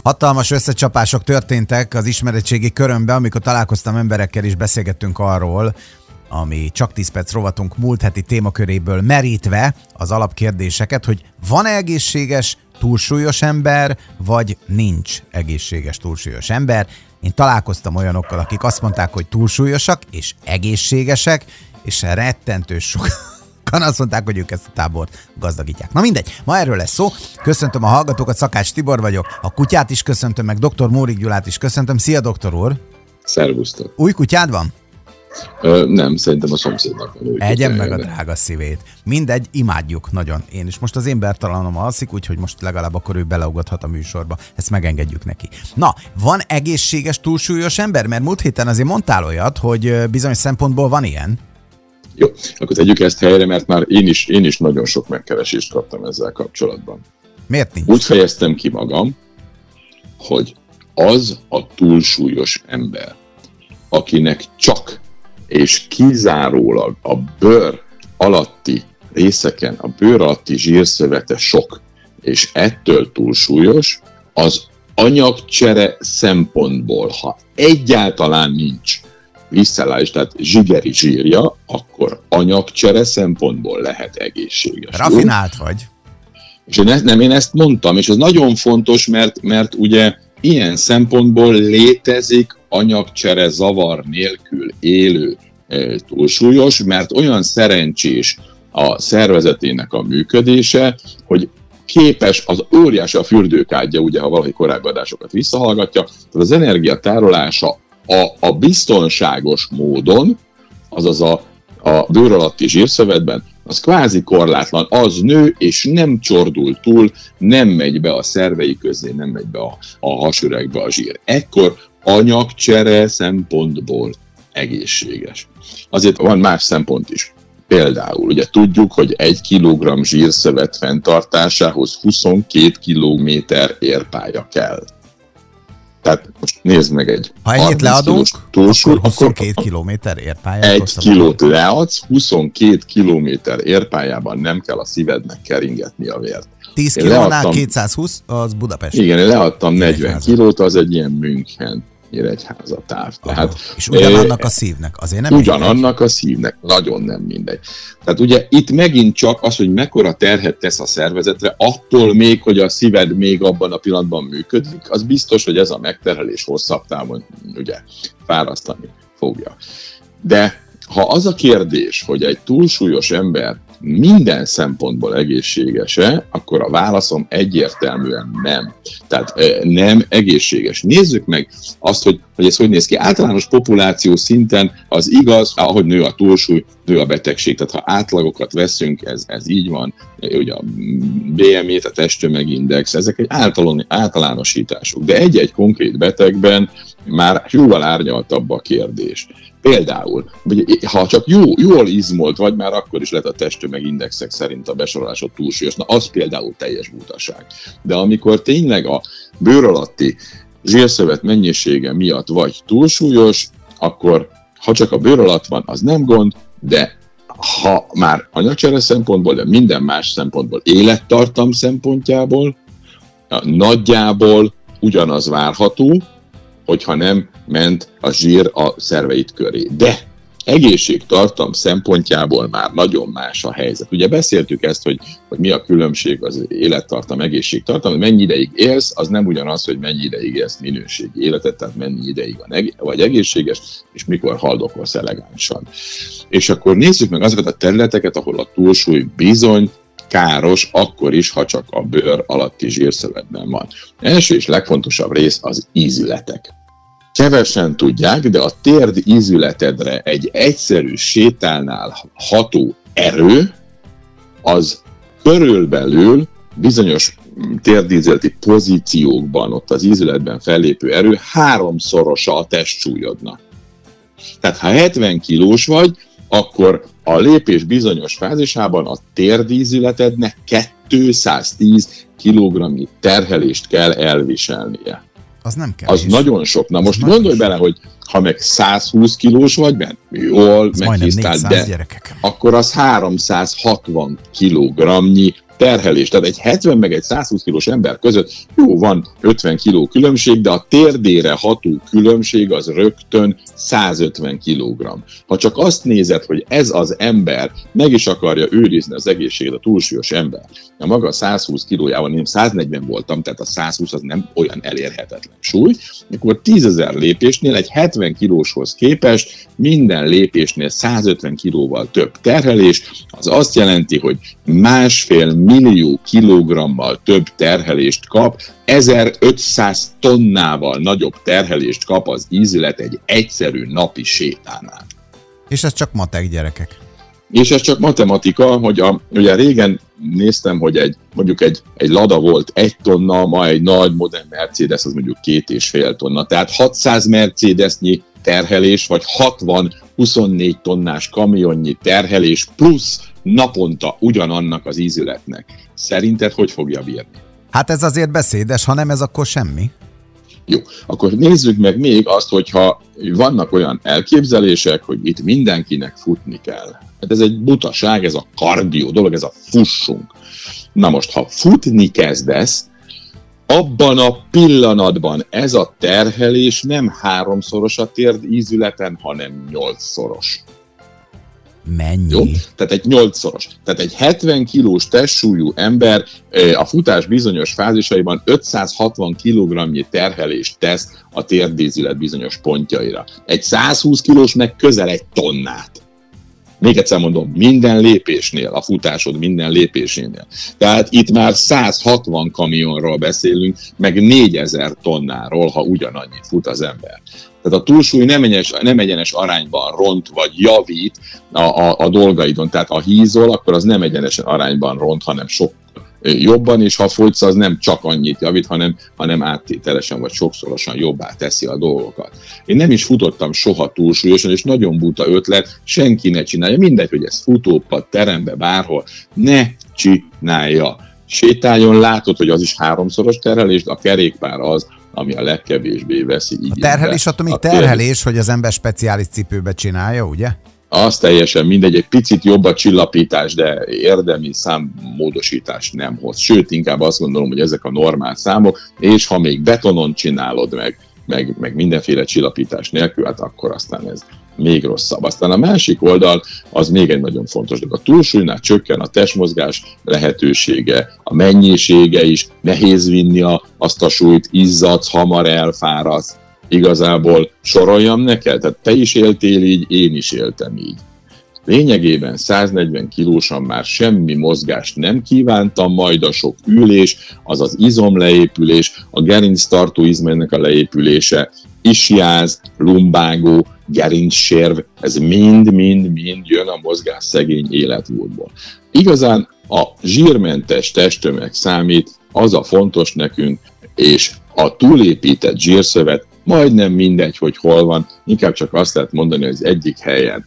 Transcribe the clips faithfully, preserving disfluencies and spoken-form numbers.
Hatalmas összecsapások történtek az ismeretségi körömben, amikor találkoztam emberekkel és beszélgettünk arról, ami csak tíz perc rovatunk múlt heti témaköréből merítve az alapkérdéseket, hogy van-e egészséges, túlsúlyos ember, vagy nincs egészséges, túlsúlyos ember. Én találkoztam olyanokkal, akik azt mondták, hogy túlsúlyosak és egészségesek, és rettentő sokan azt mondták, hogy ők ezt a tábort gazdagítják. Na mindegy, ma erről lesz szó. Köszöntöm a hallgatókat, Szakács Tibor vagyok, a kutyát is köszöntöm, meg doktor Mórik Gyulát is köszöntöm. Szia, doktor úr! Szervusztok! Új kutyád van? Ö, nem, szerintem a szomszédnak van új kutyája. Egyen meg a drága szívét. Mindegy, imádjuk nagyon. Én is most az én bertalanom alszik, úgyhogy most legalább akkor ő beleugathat a műsorba. Ezt megengedjük neki. Na, van egészséges, túlsúlyos ember? Mert múlt héten azért mondtál olyat, hogy bizonyos szempontból van ilyen. Jó, akkor tegyük ezt helyre, mert már én is, én is nagyon sok megkeresést kaptam ezzel kapcsolatban. Miért nincs? Úgy fejeztem ki magam, hogy az a túlsúlyos ember, akinek csak és kizárólag a bőr alatti részeken, a bőr alatti zsírszövete sok, és ettől túlsúlyos, az anyagcsere szempontból, ha egyáltalán nincs visszaállás, tehát zsigeri zsírja, akkor anyagcsere szempontból lehet egészséges. Rafinált vagy. És én ezt, nem, én ezt mondtam, és ez nagyon fontos, mert, mert ugye ilyen szempontból létezik anyagcsere zavar nélkül élő e, túlsúlyos, mert olyan szerencsés a szervezetének a működése, hogy képes, az óriási a fürdőkádja, ugye, ha valaki korábbi adásokat visszahallgatja, tehát az energiatárolása a, a biztonságos módon, azaz a, a bőr alatti zsírszövetben, az kvázi korlátlan, az nő, és nem csordul túl, nem megy be a szervei közé, nem megy be a, a hasüregbe a zsír. Ekkor anyagcsere szempontból egészséges. Azért van más szempont is. Például ugye tudjuk, hogy egy kilogramm zsírszövet fenntartásához huszonkét kilométer érpálya kell. Tehát most nézd meg egy ha ennyit leadunk, túlsúly, akkor huszonkét kilométer érpályát. Egy kilót leadsz, huszonkét kilométer érpályában nem kell a szívednek keringetni a vért. tíz kilónál kétszázhúsz, az Budapest. Igen, én leadtam negyven kilót, az egy ilyen München Nyíregyháza táv. Tehát, és ugyanannak a szívnek, azért nem Ugyanannak mindegy. a szívnek, nagyon nem mindegy. Tehát ugye itt megint csak az, hogy mekkora terhet tesz a szervezetre, attól még, hogy a szíved még abban a pillanatban működik, az biztos, hogy ez a megterhelés hosszabb távon ugye fárasztani fogja. De ha az a kérdés, hogy egy túlsúlyos ember minden szempontból egészséges-e, akkor a válaszom egyértelműen nem. Tehát nem egészséges. Nézzük meg azt, hogy, hogy ez hogy néz ki. Általános populáció szinten az igaz, ahogy nő a túlsúly, nő a betegség. Tehát ha átlagokat veszünk, ez, ez így van. Ugye a bé em i, a testtömegindex, ezek egy általán, általánosítások. De egy-egy konkrét betegben már jóval árnyaltabb a kérdés. Például, ha csak jó, jól izmolt vagy, már akkor is lehet a testtömegindexek szerint a besorolásod túlsúlyos. Na, az például teljes butaság. De amikor tényleg a bőr alatti zsírszövet mennyisége miatt vagy túlsúlyos, akkor ha csak a bőr alatt van, az nem gond, de ha már anyagcsere szempontból, de minden más szempontból, élettartam szempontjából, nagyjából ugyanaz várható, hogyha nem ment a zsír a szerveid köré. De egészségtartam szempontjából már nagyon más a helyzet. Ugye beszéltük ezt, hogy, hogy mi a különbség az élettartam, egészségtartam, hogy mennyi ideig élsz, az nem ugyanaz, hogy mennyi ideig élsz minőségi életet, tehát mennyi ideig vagy egészséges, és mikor haldokolsz elegánsan. És akkor nézzük meg azokat a területeket, ahol a túlsúly bizony káros, akkor is, ha csak a bőr alatti zsírszövetben van. Első és legfontosabb rész az ízületek. Kevesen tudják, de a térd ízületedre egy egyszerű sétálnál ható erő, az körülbelül bizonyos térdízületi pozíciókban, ott az ízületben fellépő erő háromszorosa a testsúlyodnak. Tehát ha hetven kilós vagy, akkor a lépés bizonyos fázisában a térdízületednek kétszáztíz kilogramnyi terhelést kell elviselnie. Az nem kell. Az nagyon sok. Na az most gondolj bele, hogy ha meg százhúsz kilós vagy, mert jól megtisztált, de gyerekek. akkor az háromszázhatvan kilogramnyi terhelés. Tehát egy hetven meg egy százhúsz kilós ember között jó, van ötven kiló különbség, de a térdére ható különbség az rögtön százötven kilogramm. Ha csak azt nézed, hogy ez az ember meg is akarja őrizni az egészséget, a túlsúlyos ember, a maga százhúsz kilójával, én száznegyven voltam, tehát a százhúsz az nem olyan elérhetetlen súly, akkor tízezer lépésnél egy hetven kilóshoz képest minden lépésnél százötven kilóval több terhelés, az azt jelenti, hogy másfél millió kilogrammal több terhelést kap, ezerötszáz tonnával nagyobb terhelést kap az ízület egy egyszerű napi sétánál. És ez csak matek, gyerekek. És ez csak matematika, hogy a, ugye régen néztem, hogy egy, mondjuk egy, egy Lada volt egy tonna, ma egy nagy modern Mercedes az mondjuk két és fél tonna. Tehát hatszáz Mercedesnyi terhelés, vagy hatvan huszonnégy tonnás kamionnyi terhelés plusz naponta ugyanannak az ízületnek. Szerinted hogy fogja bírni? Hát ez azért beszédes, ha nem ez, akkor semmi. Jó, akkor nézzük meg még azt, hogyha vannak olyan elképzelések, hogy itt mindenkinek futni kell. Hát ez egy butaság, ez a kardió dolog, ez a fussunk. Na most, ha futni kezdesz, abban a pillanatban ez a terhelés nem háromszoros a térd ízületen, hanem nyolcszoros. Mennyi? Jó? Tehát egy nyolcszoros. Tehát egy hetven kilós testsúlyú ember a futás bizonyos fázisaiban ötszázhatvan kilogramnyi terhelést tesz a térdízület bizonyos pontjaira. Egy százhúsz kilós meg közel egy tonnát. Még egyszer mondom, minden lépésnél, a futásod minden lépésénél. Tehát itt már százhatvan kamionról beszélünk, meg négyezer tonnáról, ha ugyanannyi fut az ember. Tehát a túlsúly nem egyenes, nem egyenes arányban ront vagy javít a, a, a dolgaidon. Tehát ha hízol, akkor az nem egyenesen arányban ront, hanem sok jobban, és ha fogysz, az nem csak annyit javít, hanem, hanem áttételesen vagy sokszorosan jobbá teszi a dolgokat. Én nem is futottam soha túlsúlyosan, és nagyon buta ötlet, senki ne csinálja, mindegy, hogy ez futópad, terembe, bárhol, ne csinálja. Sétáljon, látod, hogy az is háromszoros terhelés, de a kerékpár az, ami a legkevésbé veszi igénybe. A terhelés attól még terhelés, hogy az ember speciális cipőbe csinálja, ugye? Az teljesen mindegy, egy picit jobb a csillapítás, de érdemi számmódosítás nem hoz. Sőt, inkább azt gondolom, hogy ezek a normál számok, és ha még betonon csinálod meg, meg, meg mindenféle csillapítás nélkül, hát akkor aztán ez még rosszabb. Aztán a másik oldal, az még egy nagyon fontos dolog. A túlsúlynál csökken a testmozgás lehetősége, a mennyisége is, nehéz vinni a, azt a súlyt, izzadsz, hamar elfáradsz. Igazából soroljam neked? Tehát te is éltél így, én is éltem így. Lényegében száznegyven kilósan már semmi mozgást nem kívántam, majd a sok ülés, az az izomleépülés, a gerinctartó izmainak a leépülése, ischiáz, lumbágó, gerincsérv, ez mind-mind-mind jön a mozgásszegény életmódból. Igazán a zsírmentes testtömeg számít, az a fontos nekünk, és a túlépített zsírszövet majdnem mindegy, hogy hol van, inkább csak azt lehet mondani, hogy az egyik helyen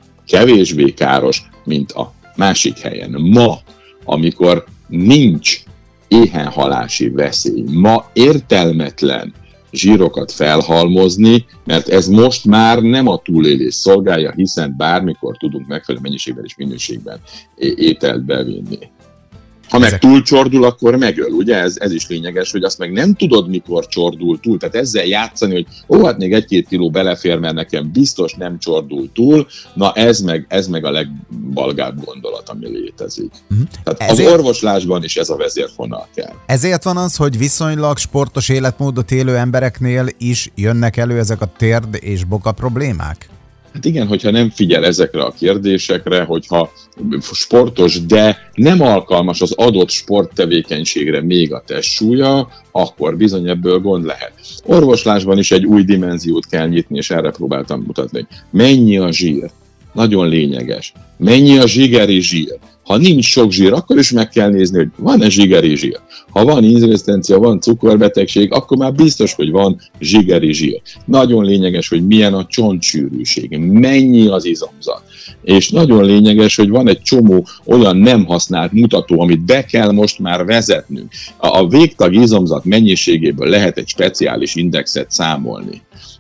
kevésbé káros, mint a másik helyen. Ma, amikor nincs éhenhalási veszély, ma értelmetlen zsírokat felhalmozni, mert ez most már nem a túlélés szolgálja, hiszen bármikor tudunk megfelelő mennyiségben és minőségben ételt bevinni. Ha meg túl csordul, akkor megöl, ugye? Ez, ez is lényeges, hogy azt meg nem tudod, mikor csordul túl. Tehát ezzel játszani, hogy ó, hát még egy-két kiló belefér, mert nekem biztos nem csordul túl, na ez meg, ez meg a legbalgább gondolat, ami létezik. Uh-huh. Tehát ezért... az orvoslásban is ez a vezérfonal kell. Ezért van az, hogy viszonylag sportos életmódot élő embereknél is jönnek elő ezek a térd és boka problémák? Hát igen, hogyha nem figyel ezekre a kérdésekre, hogyha sportos, de nem alkalmas az adott sporttevékenységre még a testsúlya, akkor bizony ebből gond lehet. Orvoslásban is egy új dimenziót kell nyitni, és erre próbáltam mutatni. Mennyi a zsír? Nagyon lényeges. Mennyi a zsigeri zsír? Ha nincs sok zsír, akkor is meg kell nézni, hogy van-e zsigeri zsír. Ha van inzulinrezisztencia, van cukorbetegség, akkor már biztos, hogy van zsigeri zsír. Nagyon lényeges, hogy milyen a csontsűrűség, mennyi az izomzat. És nagyon lényeges, hogy van egy csomó olyan nem használt mutató, amit be kell most már vezetnünk. A végtag izomzat mennyiségéből lehet egy speciális indexet számolni.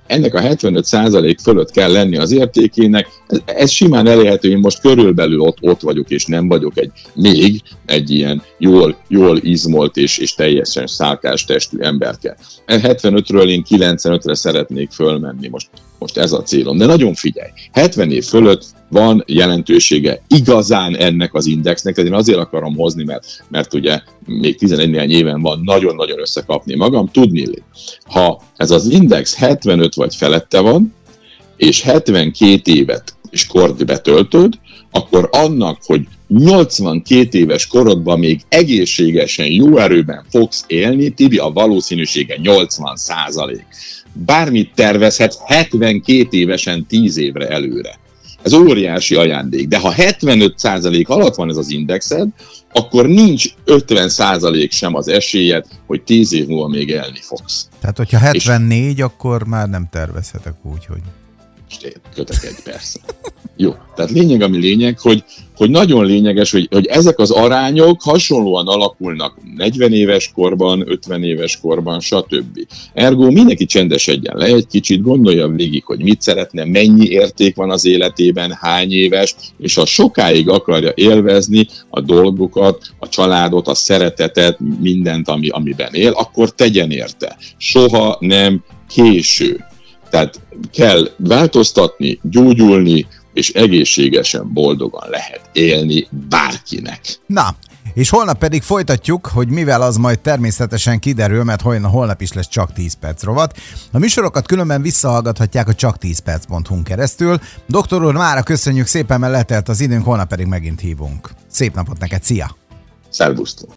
ennek a hetvenöt százalék fölött kell lenni az értékének, ez, ez simán elérhető, én most körülbelül ott, ott vagyok, és nem vagyok egy még egy ilyen jól, jól izmolt és, és teljesen szálkás testű emberke. hetvenötről én kilencvenötre szeretnék fölmenni, most, most ez a célom. De nagyon figyelj, hetven év fölött van jelentősége igazán ennek az indexnek, tehát én azért akarom hozni, mert, mert ugye még tizenegy néhány éven van nagyon-nagyon összekapni magam, tudni, ha ez az index hetvenöt vagy felette van, és hetvenkét évet és kort betöltöd, akkor annak, hogy nyolcvankét éves korodban még egészségesen, jó erőben fogsz élni, Tibi, a valószínűsége nyolcvan százalék. Bármit tervezhetsz hetvenkét évesen tíz évre előre. Ez óriási ajándék, de ha hetvenöt százalék alatt van ez az indexed, akkor nincs ötven százalék sem az esélyed, hogy tíz év múlva még élni fogsz. Tehát, hogyha hetvennégy, és akkor már nem tervezhetek úgy, hogy... Kötekedj, persze. Jó, tehát lényeg, ami lényeg, hogy, hogy nagyon lényeges, hogy, hogy ezek az arányok hasonlóan alakulnak negyven éves korban, ötven éves korban, stb. Ergo mindenki csendesedjen le egy kicsit, gondolja végig, hogy mit szeretne, mennyi érték van az életében, hány éves, és ha sokáig akarja élvezni a dolgokat, a családot, a szeretetet, mindent, ami, amiben él, akkor tegyen érte. Soha nem késő. Tehát kell változtatni, gyógyulni, és egészségesen, boldogan lehet élni bárkinek. Na, és holnap pedig folytatjuk, hogy mivel az majd természetesen kiderül, mert holnap is lesz csak tíz perc rovat. A műsorokat különben visszahallgathatják a csak tíz perc pont hu-n keresztül. Doktor úr, mára köszönjük szépen, mert letelt az időnk, holnap pedig megint hívunk. Szép napot neked, szia! Szervusztok!